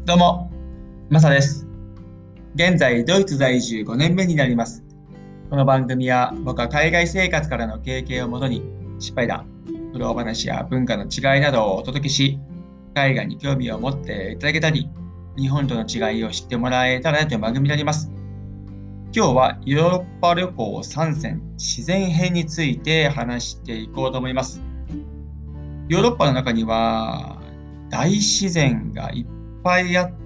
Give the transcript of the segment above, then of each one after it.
どうも、マサです。現在、ドイツ在住5年目になります。この番組は、僕は海外生活からの経験をもとに、失敗談、苦労話や文化の違いなどをお届けし、海外に興味を持っていただけたり、日本との違いを知ってもらえたらなという番組になります。今日はヨーロッパ旅行3選自然編について話していこうと思います。ヨーロッパの中には大自然がいっぱいあって、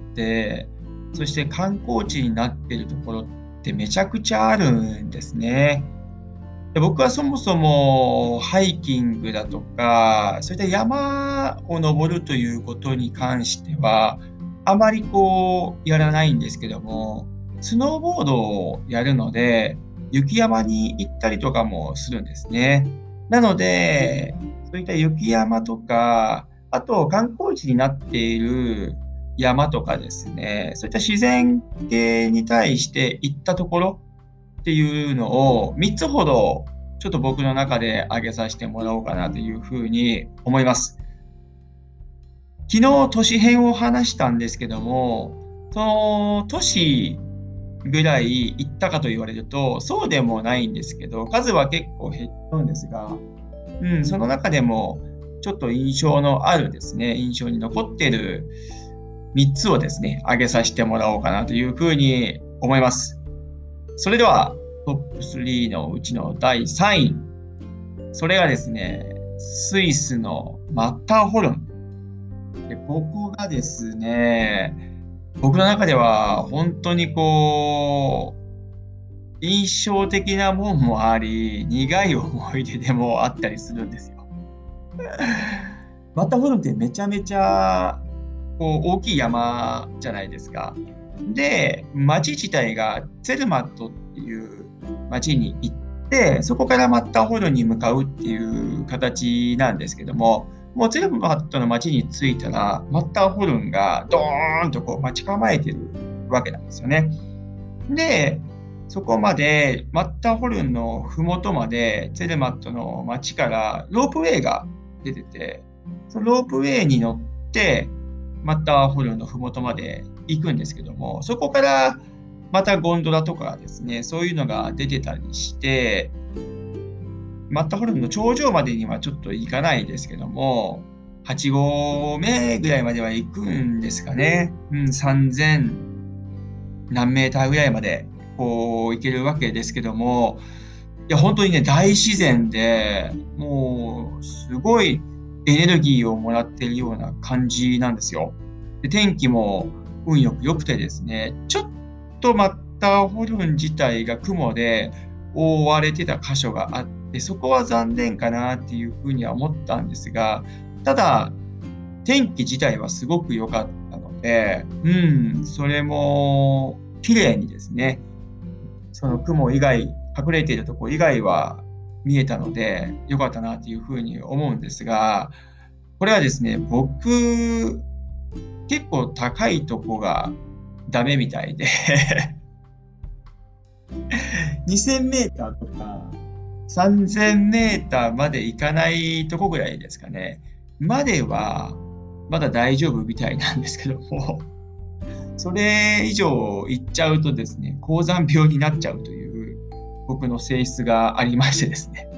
そして観光地になっているところってめちゃくちゃあるんですね。で、僕はそもそもハイキングだとか、そういった山を登るということに関しては、あまりやらないんですけども、スノーボードをやるので、雪山に行ったりとかもするんですね。なので、そういった雪山とか、あと観光地になっている山とかですね、そういった自然系に対して行ったところっていうのを3つほどちょっと僕の中で挙げさせてもらおうかなというふうに思います。昨日都市編を話したんですけども、その都市ぐらい行ったかと言われると、そうでもないんですけど、数は結構減ったんですが、その中でもちょっと印象のあるですね、印象に残っている3つをですね、挙げさせてもらおうかなというふうに思います。それではトップ3のうちの第3位。それがですね、スイスのマッターホルン。で、ここがですね、僕の中では本当に印象的なもんもあり、苦い思い出でもあったりするんですよ。マッターホルンってめちゃめちゃ大きい山じゃないですか。で、町自体がツェルマットっていう町に行って、そこからマッターホルンに向かうっていう形なんですけども、もうツェルマットの町に着いたら、マッターホルンがドーンと待ち構えてるわけなんですよね。で、そこまで、マッターホルンの麓まで、ツェルマットの町からロープウェイが出てて、そのロープウェイに乗って、マッターホルンの麓まで行くんですけども、そこからまたゴンドラとかですね、そういうのが出てたりして、マッターホルンの頂上までにはちょっと行かないですけども、8合目ぐらいまでは行くんですかね。3000何メーターぐらいまで行けるわけですけども、いや、本当にね、大自然で、もうすごいエネルギーをもらっているような感じなんですよ。で、天気も運よく良くてですね、ちょっとマッターホルン自体が雲で覆われてた箇所があって、そこは残念かなっていうふうには思ったんですが、ただ、天気自体はすごく良かったので、それも綺麗にですね、その雲以外、隠れているところ以外は見えたので、良かったなというふうに思うんですが、これはですね、僕、結構高いとこがダメみたいで2000メーターとか3000メーターまで行かないとこぐらいですかね。まではまだ大丈夫みたいなんですけども、それ以上行っちゃうとですね、高山病になっちゃうという僕の性質がありましてですね。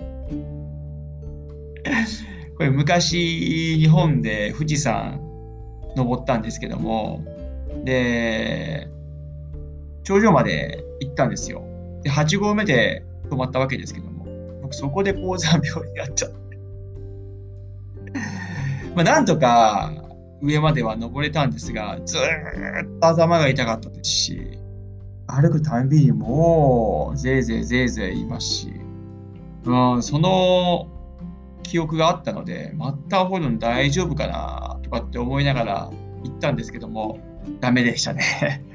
これ昔日本で富士山登ったんですけども、で、頂上まで行ったんですよ。で、8合目で止まったわけですけども、僕そこで高山病になっちゃって。なんとか上までは登れたんですが、ずーっと頭が痛かったですし、歩くたんびにもう、ぜいぜいぜいぜい言いますし、その記憶があったので、マッターホルン大丈夫かなとかって思いながら行ったんですけども、ダメでしたね。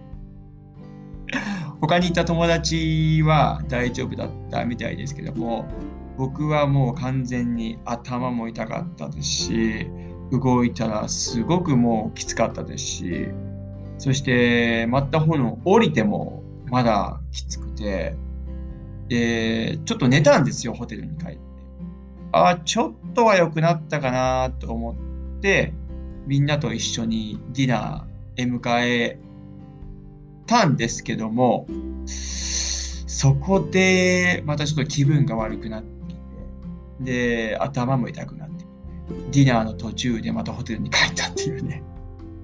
他にいた友達は大丈夫だったみたいですけども、僕はもう完全に頭も痛かったですし、動いたらすごくもうきつかったですし、そしてマッターホルン降りてもまだきつくて、で、ちょっと寝たんですよ、ホテルに帰って。ちょっとは良くなったかなと思って、みんなと一緒にディナ迎えたんですけども、そこでまたちょっと気分が悪くなってきて、で、頭も痛くなってきて、ディナーの途中でまたホテルに帰ったっていうね。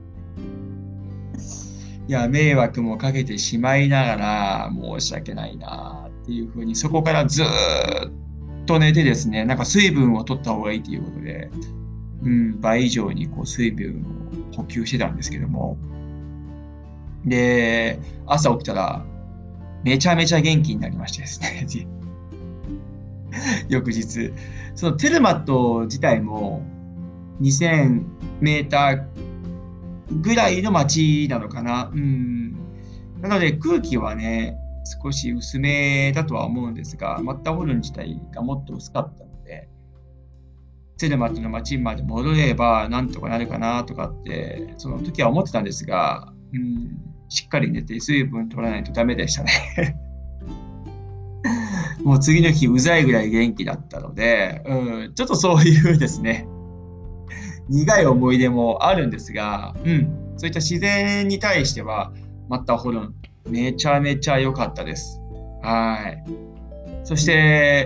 いや、迷惑もかけてしまいながら、申し訳ないなっていう風に、そこからずーっと寝てですね、なんか水分を取った方がいいということで、倍以上にこう水分を補給してたんですけども、で、朝起きたら、めちゃめちゃ元気になりましてですね、翌日。そのテルマット自体も2000メーターぐらいの街なのかな。なので空気はね、少し薄めだとは思うんですが、マッターホルン自体がもっと薄かったので、テルマットの街まで戻ればなんとかなるかなとかって、その時は思ってたんですが、しっかり寝て水分取らないとダメでしたね。もう次の日うざいぐらい元気だったので、ちょっとそういうですね、苦い思い出もあるんですが、そういった自然に対しては、マッターホルン、めちゃめちゃ良かったです。はい。そして、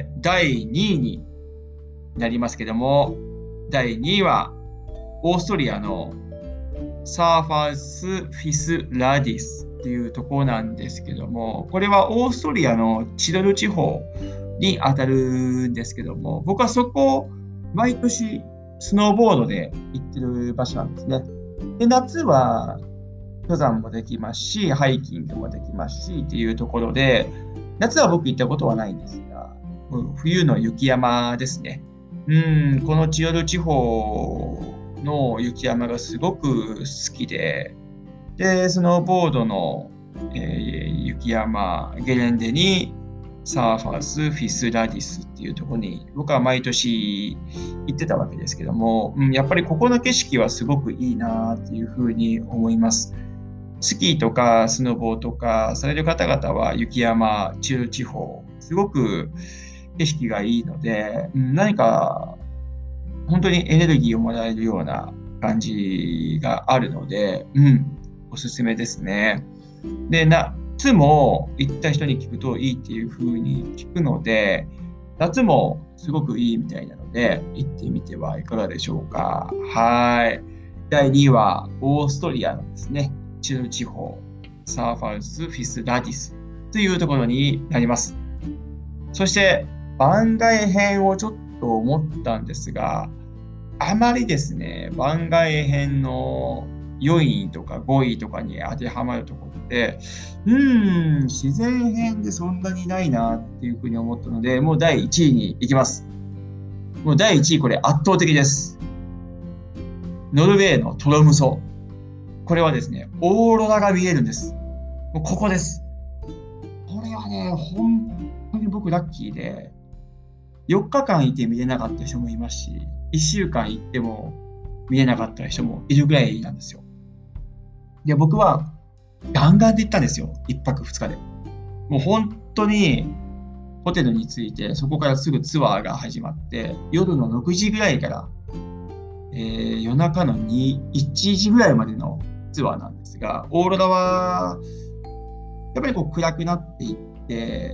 第2位になりますけども、第2位は、オーストリアのサーファース・フィス・ラディスっていうところなんですけども、これはオーストリアのチロル地方に当たるんですけども、僕はそこ、毎年スノーボードで行ってる場所なんですね。で、夏は登山もできますし、ハイキングもできますしっていうところで、夏は僕行ったことはないんですが、冬の雪山ですね。このチロル地方の雪山がすごく好きで、スノーボードの、雪山、ゲレンデにサーファース・フィス・ラディスっていうところに僕は毎年行ってたわけですけども、やっぱりここの景色はすごくいいなっていうふうに思います。スキーとかスノボーとかされる方々は雪山、チル地方、すごく景色がいいので、何か本当にエネルギーをもらえるような感じがあるので、おすすめですね。で、夏も行った人に聞くといいっていう風に聞くので、夏もすごくいいみたいなので、行ってみてはいかがでしょうか。はい。第2位はオーストリアのですね、チル地方、サーファース・フィス・ラディスというところになります。そして、番外編をちょっと思ったんですが、あまりですね、番外編の4位とか5位とかに当てはまるところって、自然編でそんなにないなっていうふうに思ったので、もう第1位に行きます。もう第1位これ圧倒的です。ノルウェーのトロムソ。これはですね、オーロラが見えるんです。もうここです。これはね、本当に僕ラッキーで、4日間いて見れなかった人もいますし、1週間行っても見れなかった人もいるぐらいなんですよ。で、僕は弾丸で行ったんですよ。1泊2日で。もう本当にホテルに着いて、そこからすぐツアーが始まって、夜の6時ぐらいから、夜中の1時ぐらいまでのツアーなんですが、オーロラはやっぱりこう暗くなっていって、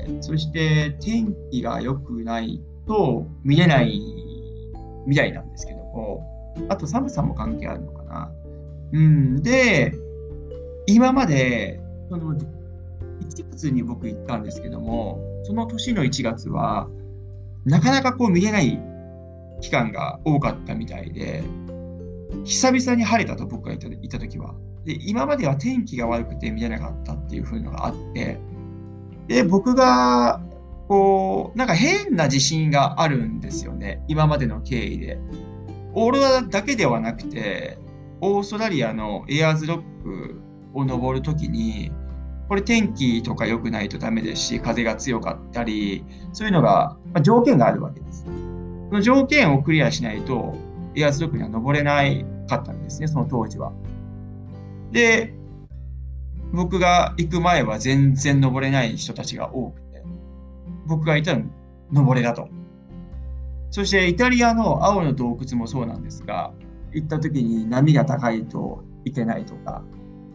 そして天気が良くないと見れないみたいなんですけども、あと寒さも関係あるのかな。で、今まで、その1月に僕行ったんですけども、その年の1月は、なかなかこう見れない期間が多かったみたいで、久々に晴れたと僕がいた時は。で、今までは天気が悪くて見れなかったっていう風のがあって、で、僕が、こう、なんか変な自信があるんですよね。今までの経緯で。オーロラだけではなくて、オーストラリアのエアーズロックを登るときに、これ天気とか良くないとダメですし、風が強かったり、そういうのが、条件があるわけです。その条件をクリアしないと、エアーズロックには登れないかったんですね、その当時は。で、僕が行く前は全然登れない人たちが多くて、僕がいたら登れたと。そしてイタリアの青の洞窟もそうなんですが、行った時に波が高いといけないとか、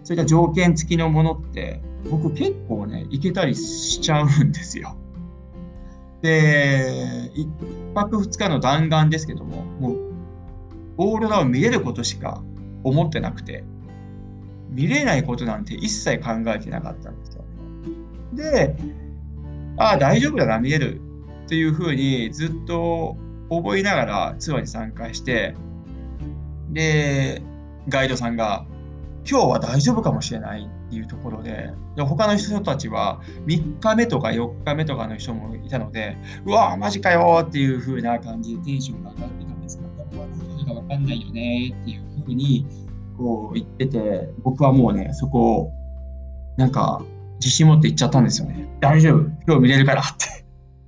そういった条件付きのものって、僕結構ね、行けたりしちゃうんですよ。で、1泊2日の弾丸ですけども、もう、オーロラを見れることしか思ってなくて、見れないことなんて一切考えてなかったんですよね。で、ああ、大丈夫だな、見れるっていう風にずっと覚えながらツアーに参加して、で、ガイドさんが、今日は大丈夫かもしれないっていうところで、他の人たちは3日目とか4日目とかの人もいたので、うわ、マジかよっていう風な感じでテンションが上がってたんですけど、ここは何かわかんないよねっていう風にこう言ってて、僕はもうね、そこをなんか自信持って言っちゃったんですよね。大丈夫、今日見れるからって。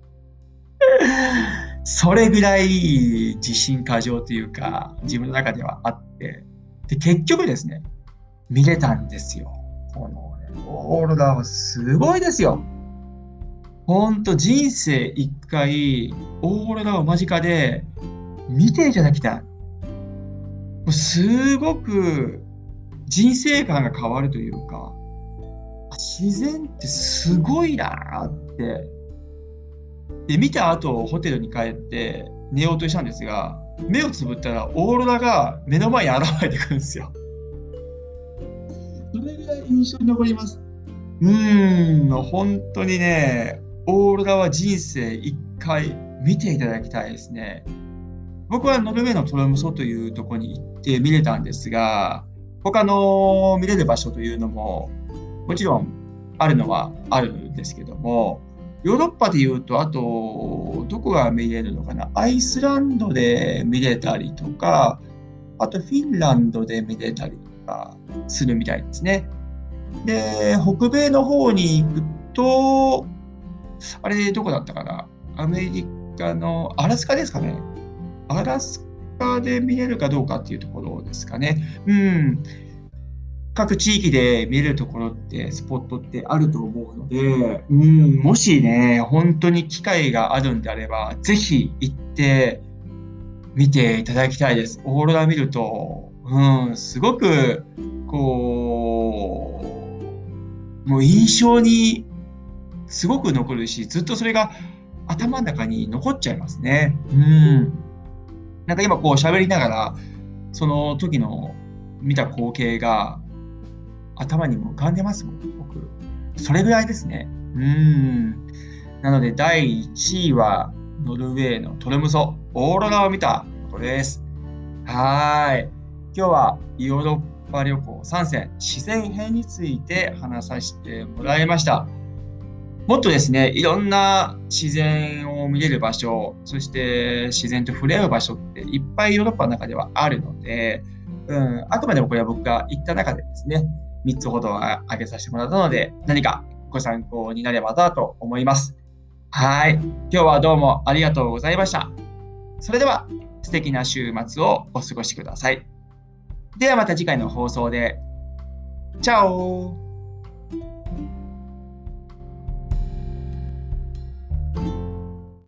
それぐらい自信過剰というか、自分の中ではあって、で、結局ですね、見れたんですよ。このね、オーロラはすごいですよ。ほんと人生一回、オーロラを間近で見ていただきたい。もうすごく人生観が変わるというか、自然ってすごいなって。で、見た後、ホテルに帰って寝ようとしたんですが、目をつぶったらオーロラが目の前に現れてくるんですよ。それぐらい印象に残ります。本当にね、オーロラは人生一回見ていただきたいですね。僕はノルウェーのトロムソというところに行って見れたんですが、他の見れる場所というのも、もちろんあるのはあるんですけども、ヨーロッパでいうと、あと、どこが見れるのかな、アイスランドで見れたりとか、あとフィンランドで見れたりとかするみたいですね。で、北米の方に行くと、あれどこだったかな、アメリカのアラスカですかね。アラスカで見れるかどうかっていうところですかね。各地域で見れるところって、スポットってあると思うので、もしね、本当に機会があるんであれば、ぜひ行って見ていただきたいです。オーロラ見ると、すごく、こう、もう印象にすごく残るし、ずっとそれが頭の中に残っちゃいますね。なんか今こう喋りながら、その時の見た光景が頭にも浮かんでますもん、僕。それぐらいですね。なので第1位はノルウェーのトロムソ、オーロラを見たことです。はい。今日はヨーロッパ旅行3選、自然編について話させてもらいました。もっとですね、いろんな自然を見れる場所、そして自然と触れ合う場所っていっぱいヨーロッパの中ではあるので、あくまでもこれは僕が行った中でですね、3つほど挙げさせてもらったので、何かご参考になればなと思います。はい。今日はどうもありがとうございました。それでは素敵な週末をお過ごしください。ではまた次回の放送で。チャオ